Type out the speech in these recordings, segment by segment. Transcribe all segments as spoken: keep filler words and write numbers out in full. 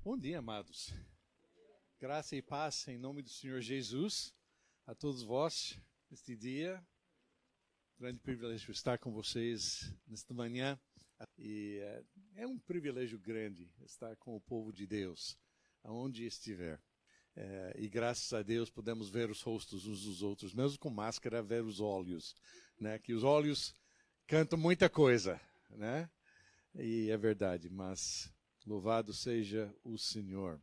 Bom dia, amados. Graça e paz em nome do Senhor Jesus a todos vós neste dia. Grande privilégio estar com vocês nesta manhã. E é, é um privilégio grande estar com o povo de Deus, aonde estiver. É, e graças a Deus podemos ver os rostos uns dos outros, mesmo com máscara, ver os olhos, né? Que os olhos cantam muita coisa, né? E é verdade, mas louvado seja o Senhor.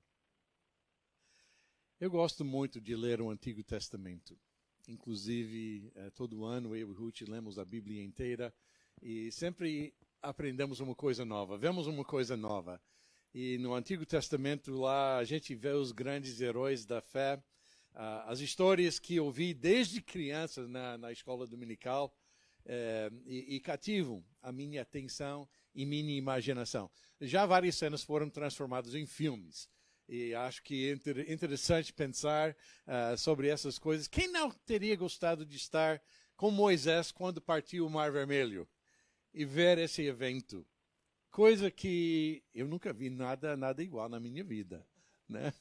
Eu gosto muito de ler o Antigo Testamento. Inclusive, eh, todo ano eu e Ruth lemos a Bíblia inteira e sempre aprendemos uma coisa nova, vemos uma coisa nova. E no Antigo Testamento lá a gente vê os grandes heróis da fé, ah, as histórias que eu ouvi desde criança na, na escola dominical eh, e, e cativam a minha atenção e minha imaginação. Já várias cenas foram transformadas em filmes. E acho que é interessante pensar uh, sobre essas coisas. Quem não teria gostado de estar com Moisés quando partiu o Mar Vermelho e ver esse evento? Coisa que eu nunca vi nada, nada igual na minha vida, né?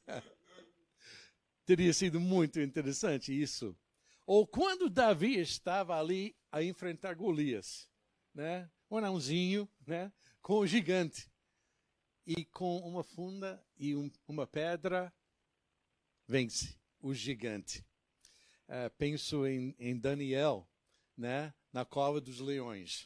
Teria sido muito interessante isso. Ou quando Davi estava ali a enfrentar Golias, né? Um anãozinho, né? Com o gigante. E com uma funda e um, uma pedra, vence o gigante. Uh, penso em, em Daniel, né, na cova dos leões.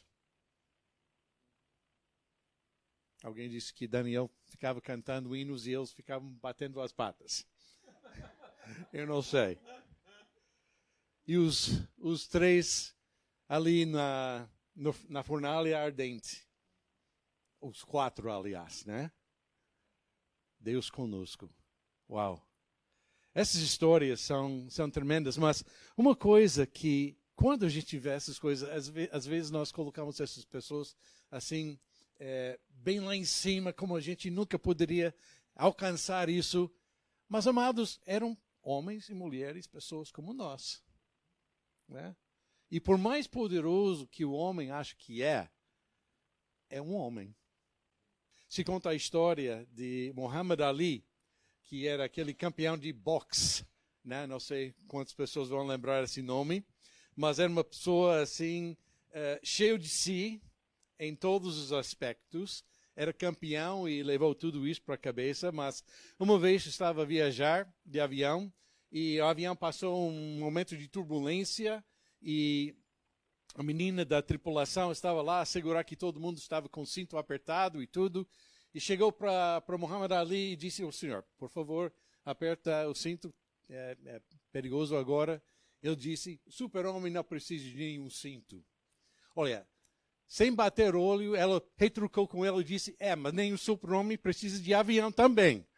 Alguém disse que Daniel ficava cantando hinos e eles ficavam batendo as patas. Eu não sei. E os, os três ali na, no, na fornalha ardente. Os quatro, aliás, né? Deus conosco. Uau! Essas histórias são, são tremendas, mas uma coisa que, quando a gente vê essas coisas, às, ve às vezes nós colocamos essas pessoas assim, é, bem lá em cima, como a gente nunca poderia alcançar isso. Mas, amados, eram homens e mulheres, pessoas como nós, né? E por mais poderoso que o homem acha que é, é um homem. Se conta a história de Muhammad Ali, que era aquele campeão de boxe, né? Não sei quantas pessoas vão lembrar esse nome, mas era uma pessoa assim, uh, cheio de si, em todos os aspectos. Era campeão e levou tudo isso para a cabeça, mas uma vez estava a viajar de avião e o avião passou um momento de turbulência e a menina da tripulação estava lá a assegurar que todo mundo estava com o cinto apertado e tudo. E chegou para Muhammad Ali e disse ao senhor, por favor, aperta o cinto, é, é perigoso agora. Ele disse, super-homem não precisa de nenhum cinto. Olha, sem bater olho, ela retrucou com ele e disse, é, mas nem o super-homem precisa de avião também.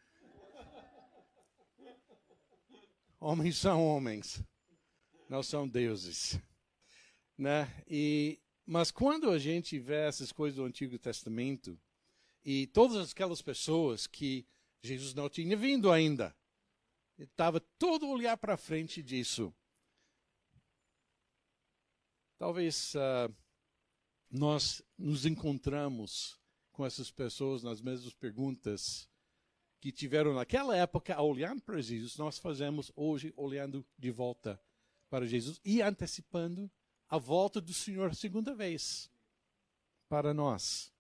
Homens são homens, não são deuses. Né? E, mas quando a gente vê essas coisas do Antigo Testamento e todas aquelas pessoas que Jesus não tinha vindo ainda, estava todo olhar para frente disso. Talvez uh, nós nos encontramos com essas pessoas nas mesmas perguntas que tiveram naquela época olhando para Jesus. Nós fazemos hoje olhando de volta para Jesus e antecipando a volta do Senhor a segunda vez para nós.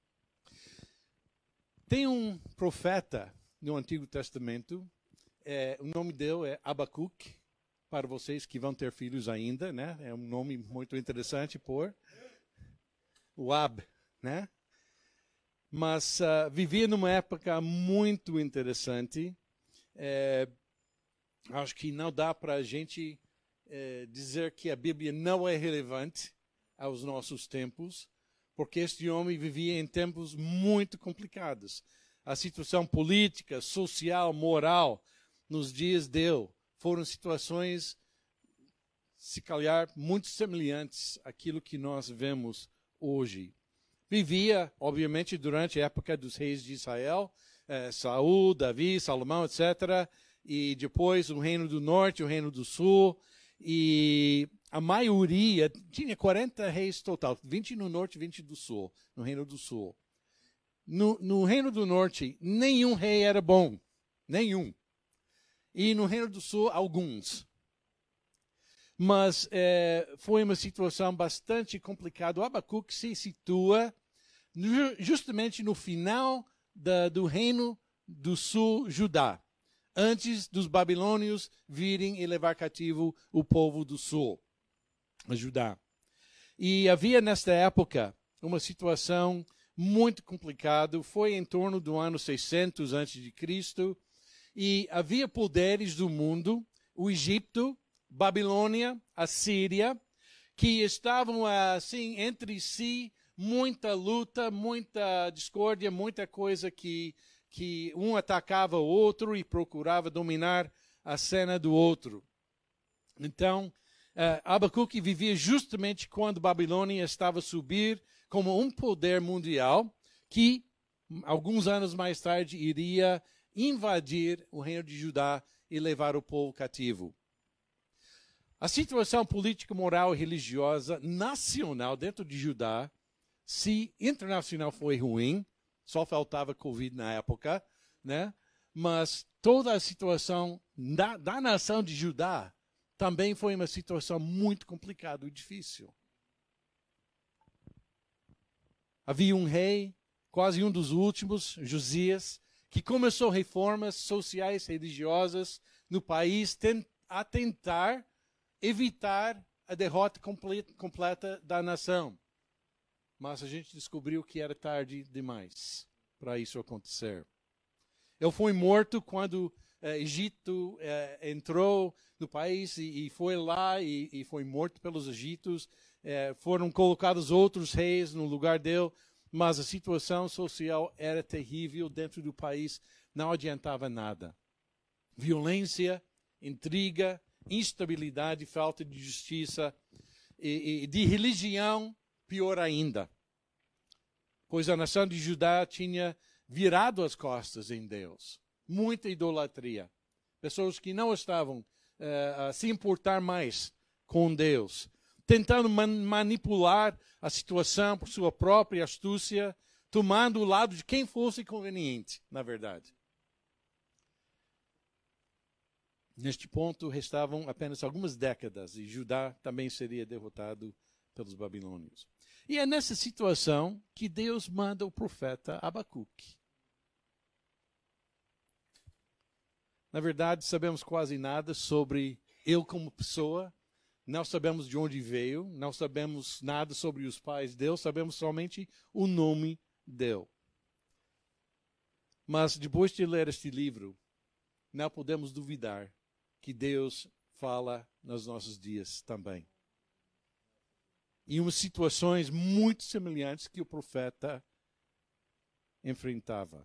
Tem um profeta no Antigo Testamento, é, o nome dele é Abacuque, para vocês que vão ter filhos ainda, né? É um nome muito interessante por o Ab, né? Mas uh, vivia numa época muito interessante. É, acho que não dá para a gente É, dizer que a Bíblia não é relevante aos nossos tempos, porque este homem vivia em tempos muito complicados. A situação política, social, moral nos dias dele foram situações, se calhar, muito semelhantes àquilo que nós vemos hoje. Vivia, obviamente, durante a época dos reis de Israel, eh, Saul, Davi, Salomão, etcétera, e depois o reino do norte, o reino do sul. E a maioria, tinha quarenta reis total, vinte no norte e vinte do sul, no Reino do Sul. no, no Reino do Norte, nenhum rei era bom. Nenhum. E no Reino do Sul, alguns. Mas é, foi uma situação bastante complicada. O Abacuque se situa no, justamente no final da, do Reino do Sul, Judá, antes dos babilônios virem e levar cativo o povo do Sul, a Judá. E havia nesta época uma situação muito complicada. Foi em torno do ano seiscentos antes de Cristo, e havia poderes do mundo, o Egito, Babilônia, a Síria, que estavam assim entre si, muita luta, muita discórdia, muita coisa que, que um atacava o outro e procurava dominar a cena do outro. Então, uh, Abacuque vivia justamente quando Babilônia estava a subir como um poder mundial que, alguns anos mais tarde, iria invadir o reino de Judá e levar o povo cativo. A situação política, moral e religiosa nacional dentro de Judá, se internacional foi ruim, só faltava Covid na época, né? Mas toda a situação da, da nação de Judá também foi uma situação muito complicada e difícil. Havia um rei, quase um dos últimos, Josias, que começou reformas sociais e religiosas no país a tentar evitar a derrota completa da nação. Mas a gente descobriu que era tarde demais para isso acontecer. Ele foi morto quando o eh, Egito eh, entrou no país e, e foi lá e, e foi morto pelos egípcios. Eh, foram colocados outros reis no lugar dele, mas a situação social era terrível dentro do país, não adiantava nada. Violência, intriga, instabilidade, falta de justiça e, e de religião, pior ainda. Pois a nação de Judá tinha virado as costas em Deus. Muita idolatria. Pessoas que não estavam uh, a se importar mais com Deus. Tentando man- manipular a situação por sua própria astúcia, tomando o lado de quem fosse conveniente, na verdade. Neste ponto, restavam apenas algumas décadas e Judá também seria derrotado pelos babilônios. E é nessa situação que Deus manda o profeta Abacuque. Na verdade, sabemos quase nada sobre ele como pessoa, não sabemos de onde veio, não sabemos nada sobre os pais dele, sabemos somente o nome dele. Mas depois de ler este livro, não podemos duvidar que Deus fala nos nossos dias também. Em umas situações muito semelhantes que o profeta enfrentava.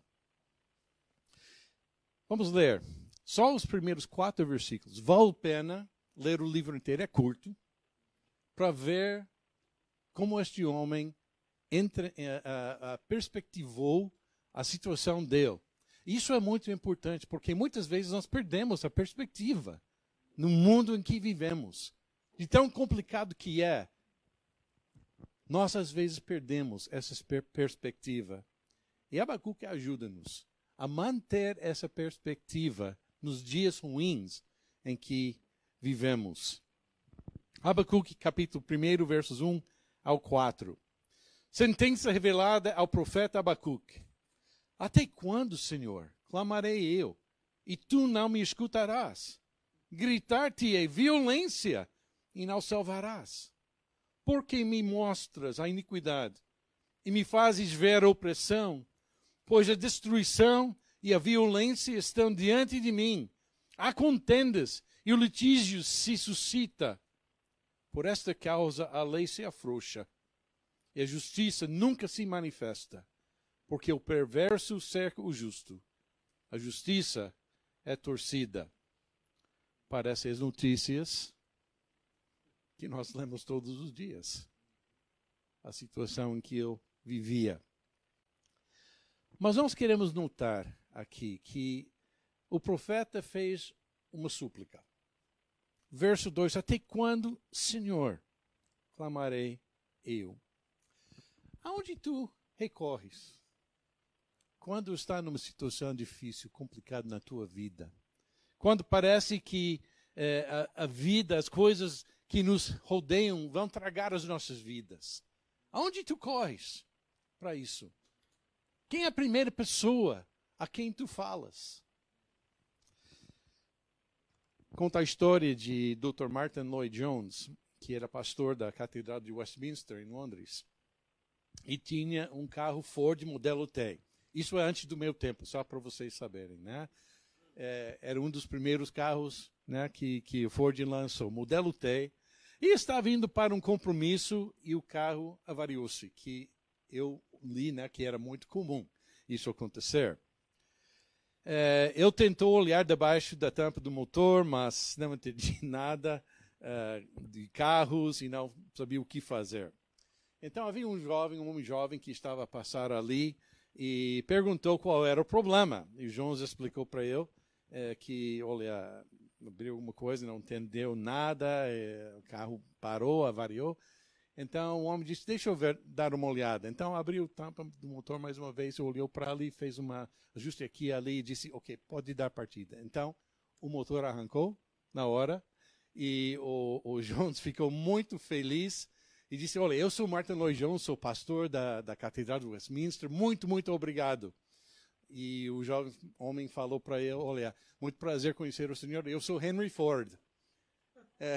Vamos ler só os primeiros quatro versículos. Vale a pena ler o livro inteiro, é curto, para ver como este homem entre, uh, uh, uh, perspectivou a situação dele. Isso é muito importante, porque muitas vezes nós perdemos a perspectiva no mundo em que vivemos. De tão complicado que é, nós às vezes perdemos essa per- perspectiva. E Abacuque ajuda-nos a manter essa perspectiva nos dias ruins em que vivemos. Abacuque, capítulo um, versos um ao quatro. Sentença revelada ao profeta Abacuque. Até quando, Senhor, clamarei eu, e tu não me escutarás? Gritar-te-ei violência, e não salvarás. Porque me mostras a iniquidade, e me fazes ver a opressão? Pois a destruição e a violência estão diante de mim. Há contendas, e o litígio se suscita. Por esta causa a lei se afrouxa, e a justiça nunca se manifesta. Porque o perverso cerca o justo. A justiça é torcida. Parecem as notícias que nós lemos todos os dias. A situação em que eu vivia. Mas nós queremos notar aqui que o profeta fez uma súplica. Verso dois. Até quando, Senhor, clamarei eu? Aonde tu recorres? quando está numa situação difícil, complicada na tua vida, quando parece que eh, a, a vida, as coisas que nos rodeiam vão tragar as nossas vidas, aonde tu corres para isso? Quem é a primeira pessoa a quem tu falas? Conta a história de doutor Martin Lloyd-Jones, que era pastor da Catedral de Westminster, em Londres, e tinha um carro Ford modelo T. Isso é antes do meu tempo, só para vocês saberem, né? É, era um dos primeiros carros, né, que, que o Ford lançou, modelo T, e estava indo para um compromisso e o carro avariou-se, que eu li, né, que era muito comum isso acontecer. É, eu tentou olhar debaixo da tampa do motor, mas não entendi nada uh, de carros e não sabia o que fazer. Então havia um jovem, um homem jovem que estava a passar ali e perguntou qual era o problema. E Jones explicou para eu é, que, olha, abriu alguma coisa, não entendeu nada, é, o carro parou, avariou. Então o homem disse, deixa eu ver, dar uma olhada. Então abriu a tampa do motor mais uma vez, olhou para ali, fez um ajuste aqui e ali e disse, ok, pode dar partida. Então o motor arrancou na hora e o, o Jones ficou muito feliz e disse, olha, eu sou Martin Lloyd-Jones, sou pastor da, da Catedral de Westminster, muito, muito obrigado. E o jovem homem falou para ele, olha, muito prazer conhecer o senhor, eu sou Henry Ford. É.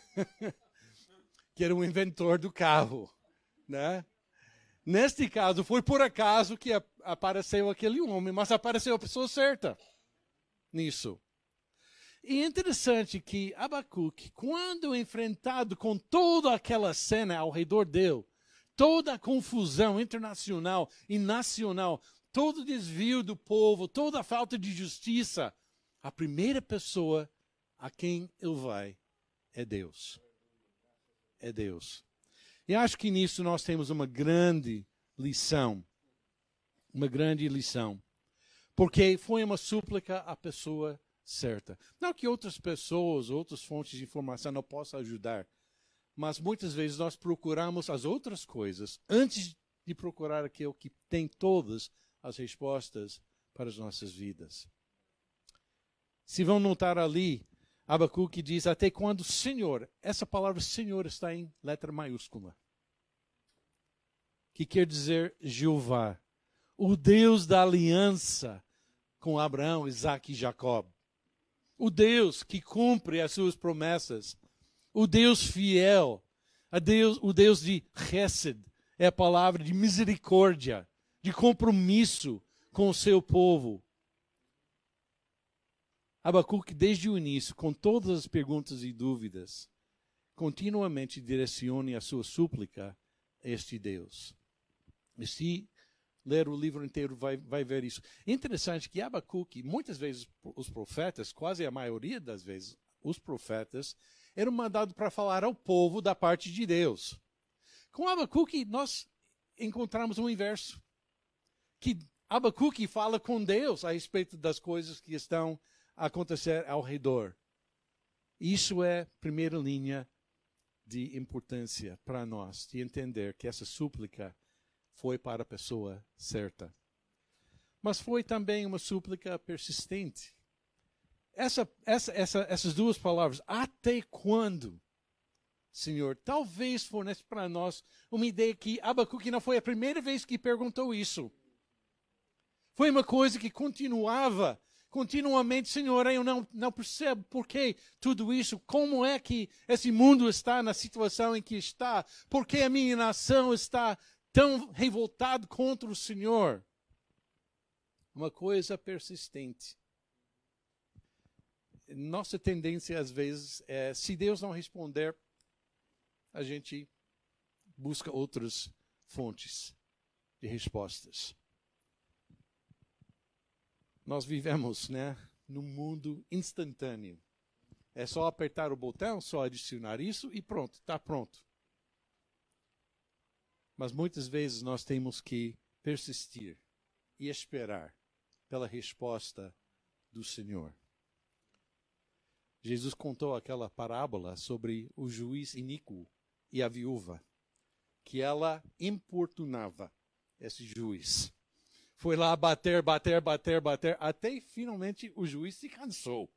Que era o inventor do carro, né? Neste caso, foi por acaso que apareceu aquele homem, mas apareceu a pessoa certa nisso. E é interessante que Abacuque, quando enfrentado com toda aquela cena ao redor dele, toda a confusão internacional e nacional, todo o desvio do povo, toda a falta de justiça, a primeira pessoa a quem ele vai é Deus. É Deus. E acho que nisso nós temos uma grande lição. Uma grande lição. Porque foi uma súplica à pessoa certa. Não que outras pessoas, outras fontes de informação não possam ajudar, mas muitas vezes nós procuramos as outras coisas antes de procurar aquilo que tem todas as respostas para as nossas vidas. Se vão notar ali, Abacuque diz, até quando Senhor, essa palavra Senhor está em letra maiúscula, que quer dizer Jeová, o Deus da aliança com Abraão, Isaque e Jacó, o Deus que cumpre as suas promessas, o Deus fiel, a Deus, o Deus de Chesed, é a palavra de misericórdia, de compromisso com o seu povo. Abacuque, desde o início, com todas as perguntas e dúvidas, continuamente direcione a sua súplica a este Deus. E se ler o livro inteiro, vai, vai ver isso. É interessante que Abacuque, muitas vezes os profetas, quase a maioria das vezes, os profetas, eram mandados para falar ao povo da parte de Deus. Com Abacuque, nós encontramos um inverso. Que Abacuque fala com Deus a respeito das coisas que estão acontecer ao redor. Isso é primeira linha de importância para nós, de entender que essa súplica foi para a pessoa certa. Mas foi também uma súplica persistente. Essa, essa, essa, essas duas palavras, até quando, Senhor, talvez fornece para nós uma ideia que Abacuque não foi a primeira vez que perguntou isso. Foi uma coisa que continuava continuamente, Senhor, eu não, não percebo por que tudo isso, como é que esse mundo está na situação em que está, por que a minha nação está tão revoltada contra o Senhor. Uma coisa persistente. Nossa tendência, às vezes, é, se Deus não responder, a gente busca outras fontes de respostas. Nós vivemos, né, num mundo instantâneo. É só apertar o botão, só adicionar isso e pronto, está pronto. Mas muitas vezes nós temos que persistir e esperar pela resposta do Senhor. Jesus contou aquela parábola sobre o juiz iníquo e a viúva, que ela importunava esse juiz. Foi lá bater, bater, bater, bater, até finalmente o juiz se cansou.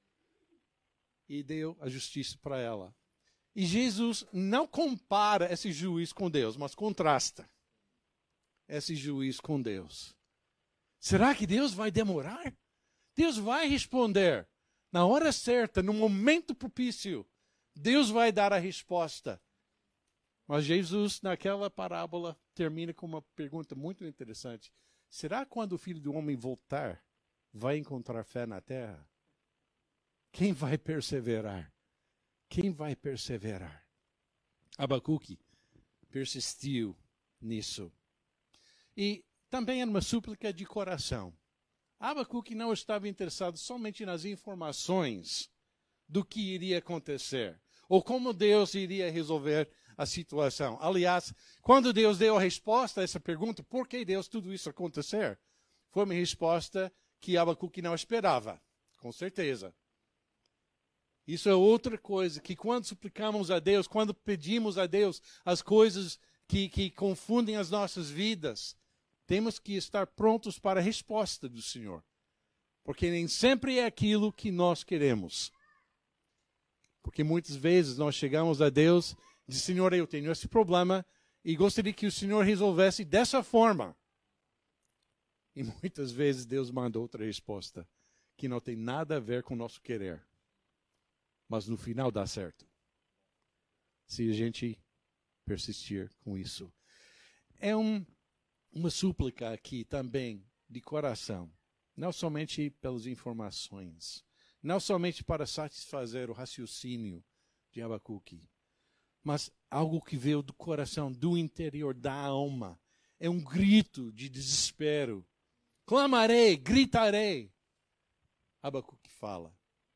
E deu a justiça para ela. E Jesus não compara esse juiz com Deus, mas contrasta esse juiz com Deus. Será que Deus vai demorar? Deus vai responder. Na hora certa, no momento propício, Deus vai dar a resposta. Mas Jesus, naquela parábola, termina com uma pergunta muito interessante. Será que quando o Filho do Homem voltar, vai encontrar fé na terra? Quem vai perseverar? Quem vai perseverar? Abacuque persistiu nisso. E também era uma súplica de coração. Abacuque não estava interessado somente nas informações do que iria acontecer, ou como Deus iria resolver a situação. Aliás, quando Deus deu a resposta a essa pergunta, por que Deus tudo isso acontecer? Foi uma resposta que Abacuque não esperava, com certeza. Isso é outra coisa, que quando suplicamos a Deus, quando pedimos a Deus as coisas que, que confundem as nossas vidas, temos que estar prontos para a resposta do Senhor. Porque nem sempre é aquilo que nós queremos. Porque muitas vezes nós chegamos a Deus e dizemos, Senhor, eu tenho esse problema e gostaria que o Senhor resolvesse dessa forma. E muitas vezes Deus manda outra resposta, que não tem nada a ver com o nosso querer. Mas no final dá certo. Se a gente persistir com isso. É um, uma súplica aqui também de coração. Não somente pelas informações. Não somente para satisfazer o raciocínio de Abacuque. Mas algo que veio do coração, do interior, da alma. É um grito de desespero. Clamarei, gritarei. Abacuque fala.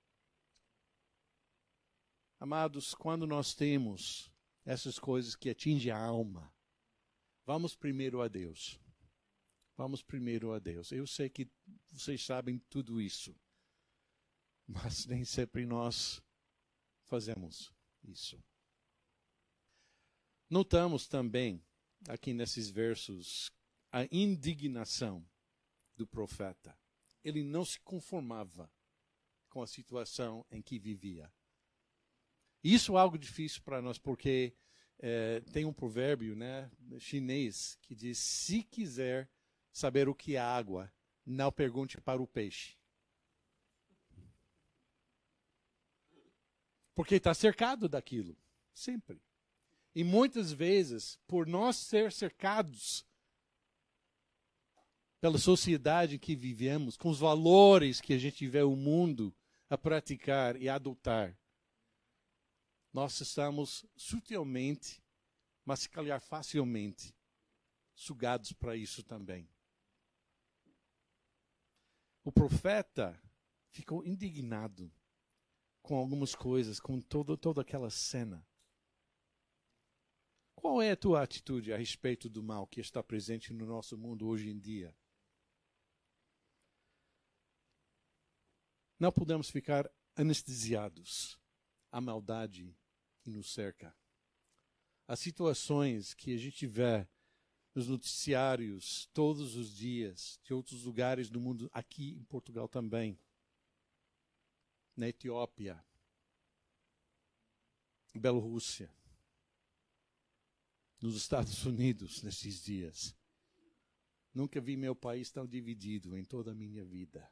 Amados, quando nós temos essas coisas que atingem a alma, vamos primeiro a Deus. Vamos primeiro a Deus. Eu sei que vocês sabem tudo isso, mas nem sempre nós fazemos isso. Notamos também, aqui nesses versos, a indignação do profeta. Ele não se conformava com a situação em que vivia. Isso é algo difícil para nós, porque é, tem um provérbio, né, chinês que diz, se quiser saber o que é água, não pergunte para o peixe. Porque está cercado daquilo, sempre. E muitas vezes, por nós ser cercados pela sociedade em que vivemos, com os valores que a gente vê o mundo a praticar e a adotar, nós estamos sutilmente, mas se calhar facilmente, sugados para isso também. O profeta ficou indignado com algumas coisas, com todo, toda aquela cena. Qual é a tua atitude a respeito do mal que está presente no nosso mundo hoje em dia? Não podemos ficar anestesiados à maldade que nos cerca. As situações que a gente vê nos noticiários todos os dias, de outros lugares do mundo, aqui em Portugal também, na Etiópia, Bielorrússia, nos Estados Unidos nesses dias. Nunca vi meu país tão dividido em toda a minha vida.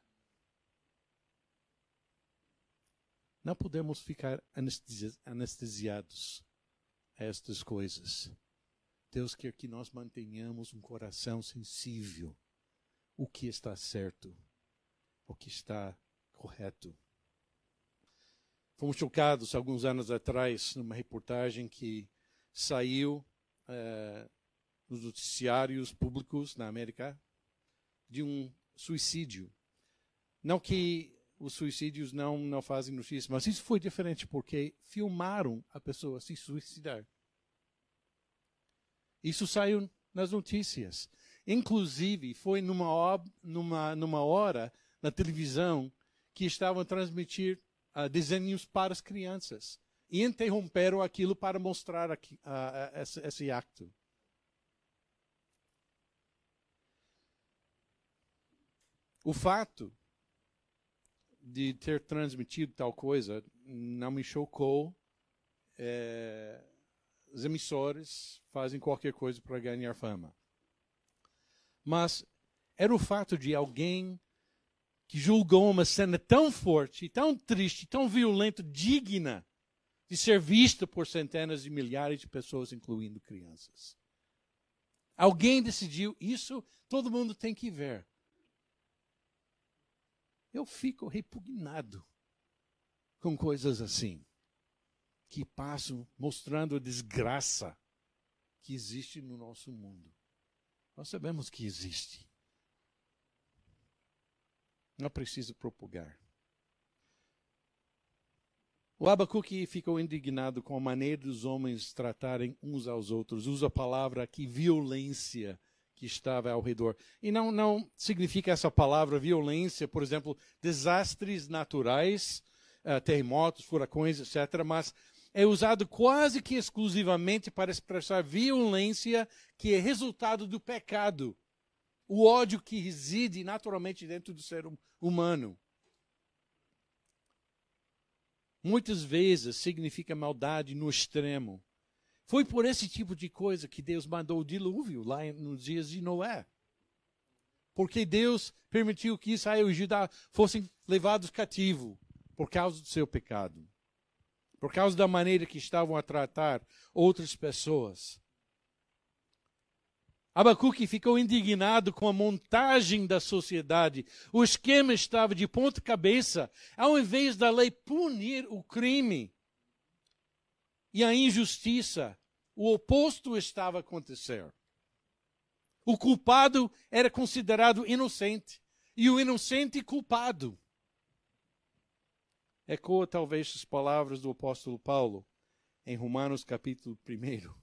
Não podemos ficar anestesi- anestesiados a estas coisas. Deus quer que nós mantenhamos um coração sensível. O que está certo, o que está correto. Fomos chocados alguns anos atrás numa reportagem que saiu eh, nos noticiários públicos na América de um suicídio. Não que os suicídios não, não fazem notícia, mas isso foi diferente porque filmaram a pessoa se suicidar. Isso saiu nas notícias. Inclusive, foi numa, numa, numa hora na televisão que estavam a transmitir uh, desenhos para as crianças. E interromperam aquilo para mostrar aqui, uh, esse, esse acto. O fato de ter transmitido tal coisa não me chocou. É, os emissores fazem qualquer coisa para ganhar fama. Mas era o fato de alguém que julgou uma cena tão forte, tão triste, tão violenta, digna de ser vista por centenas de milhares de pessoas, incluindo crianças. Alguém decidiu, isso todo mundo tem que ver. Eu fico repugnado com coisas assim, que passam mostrando a desgraça que existe no nosso mundo. Nós sabemos que existe. Não precisa propagar. O Abacuque ficou indignado com a maneira dos homens tratarem uns aos outros. Usa a palavra aqui, violência, que estava ao redor. E não, não significa essa palavra violência, por exemplo, desastres naturais, uh, terremotos, furacões, etcétera, mas é usado quase que exclusivamente para expressar violência que é resultado do pecado. O ódio que reside naturalmente dentro do ser humano. Muitas vezes significa maldade no extremo. Foi por esse tipo de coisa que Deus mandou o dilúvio lá nos dias de Noé. Porque Deus permitiu que Israel e Judá fossem levados cativo por causa do seu pecado. Por causa da maneira que estavam a tratar outras pessoas. Abacuque ficou indignado com a montagem da sociedade. O esquema estava de ponta cabeça. Ao invés da lei punir o crime e a injustiça, o oposto estava a acontecer. O culpado era considerado inocente e o inocente culpado. Ecoa talvez as palavras do apóstolo Paulo em Romanos capítulo um.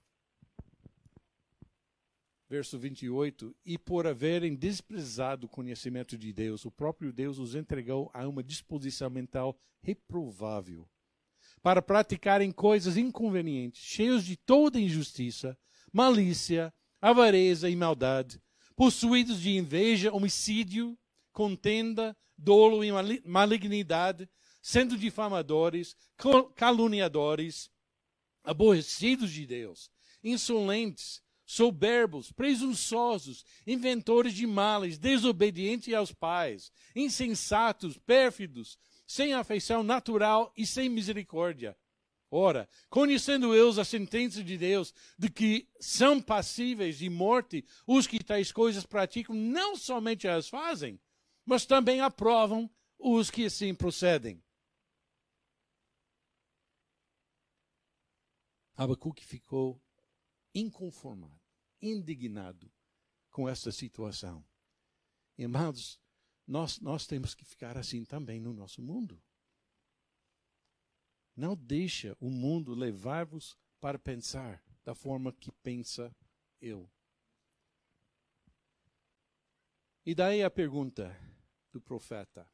Verso vinte e oito, e por haverem desprezado o conhecimento de Deus, o próprio Deus os entregou a uma disposição mental reprovável, para praticarem coisas inconvenientes, cheios de toda injustiça, malícia, avareza e maldade, possuídos de inveja, homicídio, contenda, dolo e malignidade, sendo difamadores, caluniadores, aborrecidos de Deus, insolentes, soberbos, presunçosos, inventores de males, desobedientes aos pais, insensatos, pérfidos, sem afeição natural e sem misericórdia. Ora, conhecendo eles a sentença de Deus de que são passíveis de morte os que tais coisas praticam, não somente as fazem, mas também aprovam os que assim procedem. Abacuque ficou inconformado, indignado com essa situação. Irmãos, nós, nós temos que ficar assim também no nosso mundo. Não deixa o mundo levar-vos para pensar da forma que pensa eu. E daí a pergunta do profeta.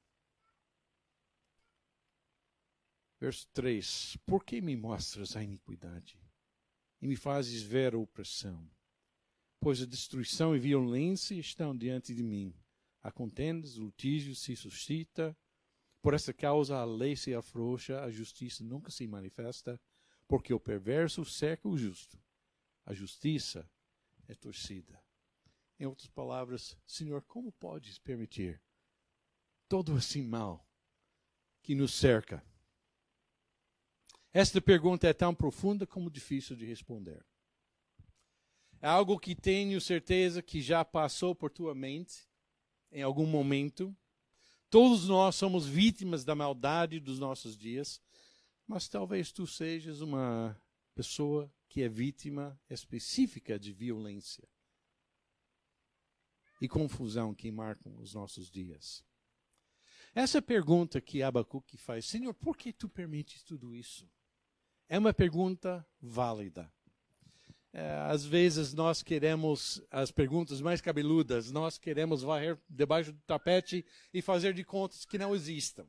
Verso três. Por que me mostras a iniquidade e me fazes ver a opressão? Pois a destruição e violência estão diante de mim. Há contendas, o litígio se suscita. Por essa causa a lei se afrouxa, a justiça nunca se manifesta, porque o perverso cerca o justo. A justiça é torcida. Em outras palavras, Senhor, como podes permitir todo esse mal que nos cerca? Esta pergunta é tão profunda como difícil de responder. É algo que tenho certeza que já passou por tua mente em algum momento. Todos nós somos vítimas da maldade dos nossos dias, mas talvez tu sejas uma pessoa que é vítima específica de violência e confusão que marcam os nossos dias. Essa pergunta que Abacuque faz, Senhor, por que tu permites tudo isso? É uma pergunta válida. É, às vezes nós queremos as perguntas mais cabeludas, nós queremos varrer debaixo do tapete e fazer de contas que não existam.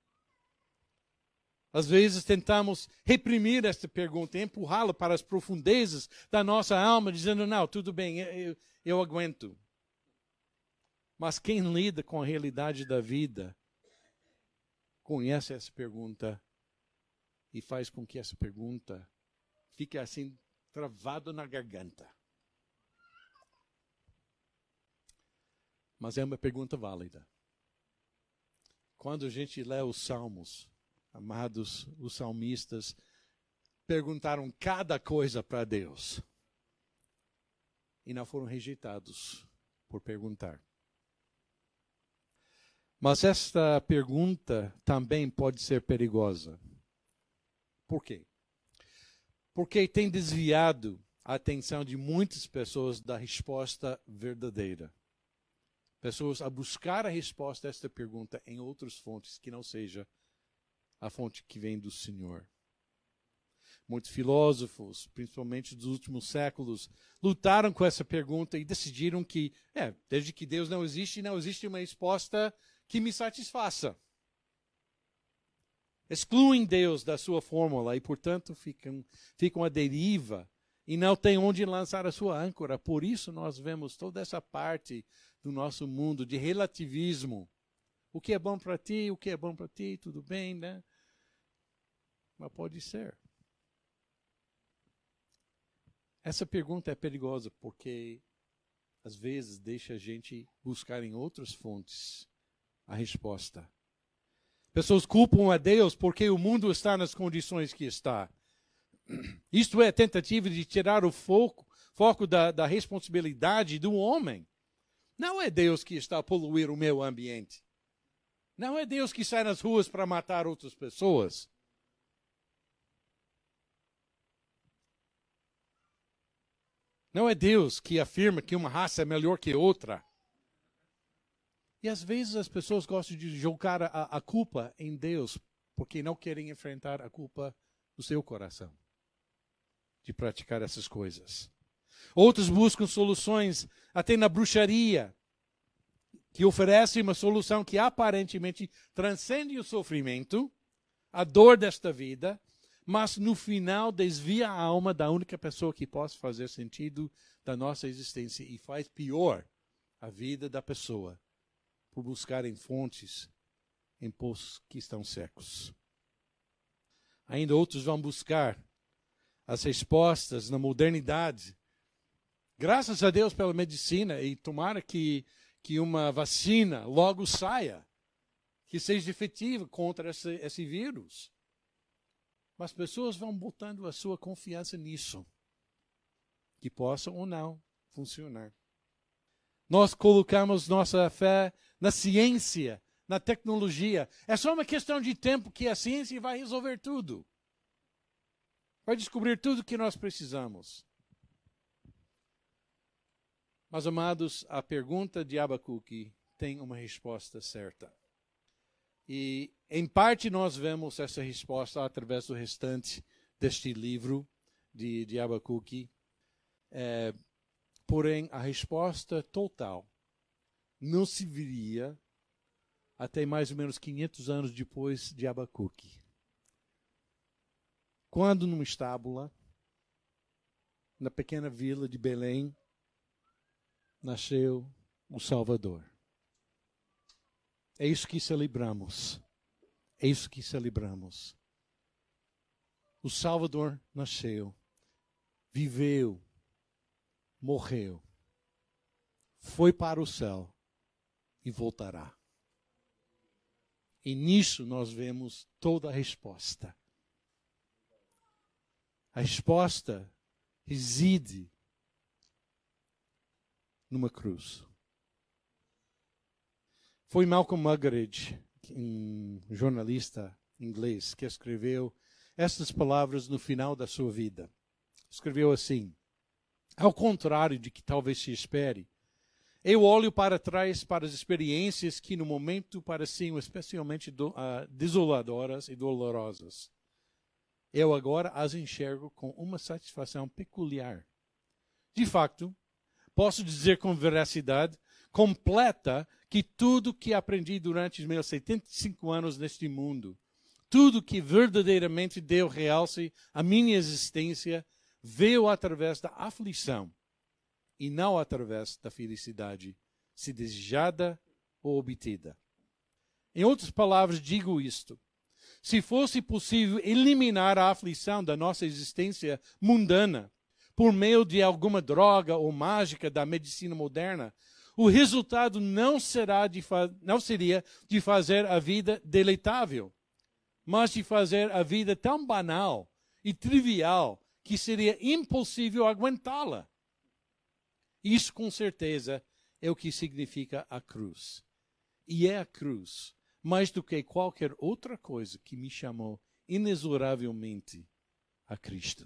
Às vezes tentamos reprimir esta pergunta, empurrá-la para as profundezas da nossa alma, dizendo, não, tudo bem, eu, eu aguento. Mas quem lida com a realidade da vida conhece essa pergunta e faz com que essa pergunta fique assim travado na garganta. Mas é uma pergunta válida. Quando a gente lê os Salmos, amados, os salmistas perguntaram cada coisa para Deus e não foram rejeitados por perguntar. Mas esta pergunta também pode ser perigosa. Por quê? Porque tem desviado a atenção de muitas pessoas da resposta verdadeira. Pessoas a buscar a resposta a esta pergunta em outras fontes que não seja a fonte que vem do Senhor. Muitos filósofos, principalmente dos últimos séculos, lutaram com essa pergunta e decidiram que, é, desde que Deus não existe, não existe uma resposta que me satisfaça. Excluem Deus da sua fórmula e, portanto, ficam, ficam à deriva e não têm onde lançar a sua âncora. Por isso nós vemos toda essa parte do nosso mundo de relativismo. O que é bom para ti, o que é bom para ti, tudo bem, né? Mas pode ser. Essa pergunta é perigosa porque, às vezes, deixa a gente buscar em outras fontes a resposta. Pessoas culpam a Deus porque o mundo está nas condições que está. Isto é a tentativa de tirar o foco, foco da, da responsabilidade do homem. Não é Deus que está a poluir o meu ambiente. Não é Deus que sai nas ruas para matar outras pessoas. Não é Deus que afirma que uma raça é melhor que outra. E às vezes as pessoas gostam de jogar a, a culpa em Deus porque não querem enfrentar a culpa do seu coração de praticar essas coisas. Outros buscam soluções até na bruxaria, que oferece uma solução que aparentemente transcende o sofrimento, a dor desta vida, mas no final desvia a alma da única pessoa que possa fazer sentido da nossa existência e faz pior a vida da pessoa por buscar em fontes, em poços que estão secos. Ainda outros vão buscar as respostas na modernidade. Graças a Deus pela medicina e tomara que, que uma vacina logo saia, que seja efetiva contra esse, esse vírus. Mas pessoas vão botando a sua confiança nisso, que possa ou não funcionar. Nós colocamos nossa fé na ciência, na tecnologia. É só uma questão de tempo que a ciência vai resolver tudo. Vai descobrir tudo que nós precisamos. Mas, amados, a pergunta de Abacuque tem uma resposta certa. E, em parte, nós vemos essa resposta através do restante deste livro de, de Abacuque. É, porém, a resposta total não se viria até mais ou menos quinhentos anos depois de Abacuque. Quando, numa estábula, na pequena vila de Belém, nasceu o Salvador. É isso que celebramos. É isso que celebramos. O Salvador nasceu, viveu, morreu, foi para o céu e voltará. E nisso nós vemos toda a resposta. A resposta reside numa cruz. Foi Malcolm Muggeridge, um jornalista inglês, que escreveu estas palavras no final da sua vida. Escreveu assim: ao contrário de que talvez se espere, eu olho para trás para as experiências que no momento pareciam especialmente do, uh, desoladoras e dolorosas. Eu agora as enxergo com uma satisfação peculiar. De facto, posso dizer com veracidade completa que tudo que aprendi durante os meus setenta e cinco anos neste mundo, tudo que verdadeiramente deu realce à minha existência, veio através da aflição e não através da felicidade se desejada ou obtida. Em outras palavras, digo isto. Se fosse possível eliminar a aflição da nossa existência mundana por meio de alguma droga ou mágica da medicina moderna, o resultado não, será de não seria de fazer a vida deleitável, mas de fazer a vida tão banal e trivial que seria impossível aguentá-la. Isso, com certeza, é o que significa a cruz. E é a cruz, mais do que qualquer outra coisa, que me chamou inexoravelmente a Cristo.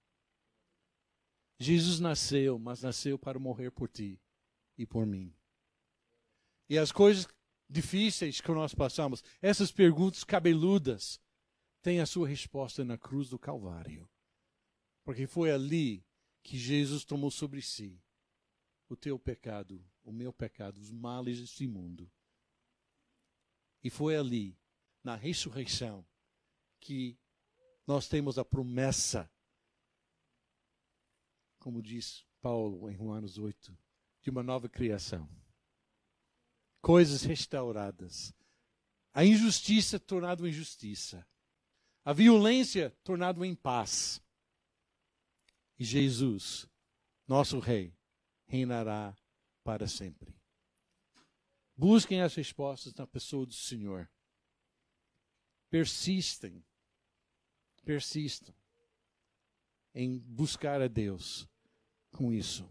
Jesus nasceu, mas nasceu para morrer por ti e por mim. E as coisas difíceis que nós passamos, essas perguntas cabeludas, têm a sua resposta na cruz do Calvário. Porque foi ali que Jesus tomou sobre si o teu pecado, o meu pecado, os males deste mundo. E foi ali, na ressurreição, que nós temos a promessa, como diz Paulo em Romanos oito, de uma nova criação. Coisas restauradas. A injustiça tornada em justiça. A violência tornada em paz. E Jesus, nosso Rei, reinará para sempre. Busquem as respostas na pessoa do Senhor. Persistem. Persistam em buscar a Deus com isso.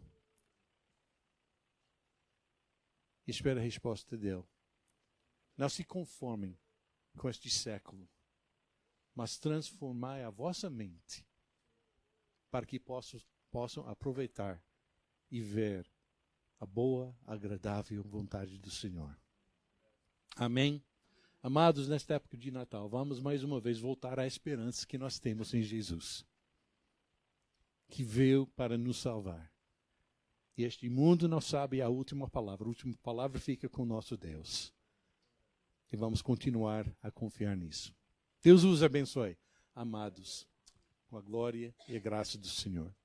Espera a resposta dele. Não se conformem com este século, mas transformai a vossa mente para que possam, possam aproveitar e ver a boa, agradável vontade do Senhor. Amém? Amados, nesta época de Natal, vamos mais uma vez voltar à esperança que nós temos em Jesus, que veio para nos salvar. E este mundo não sabe a última palavra. A última palavra fica com o nosso Deus. E vamos continuar a confiar nisso. Deus os abençoe, amados, com a glória e a graça do Senhor.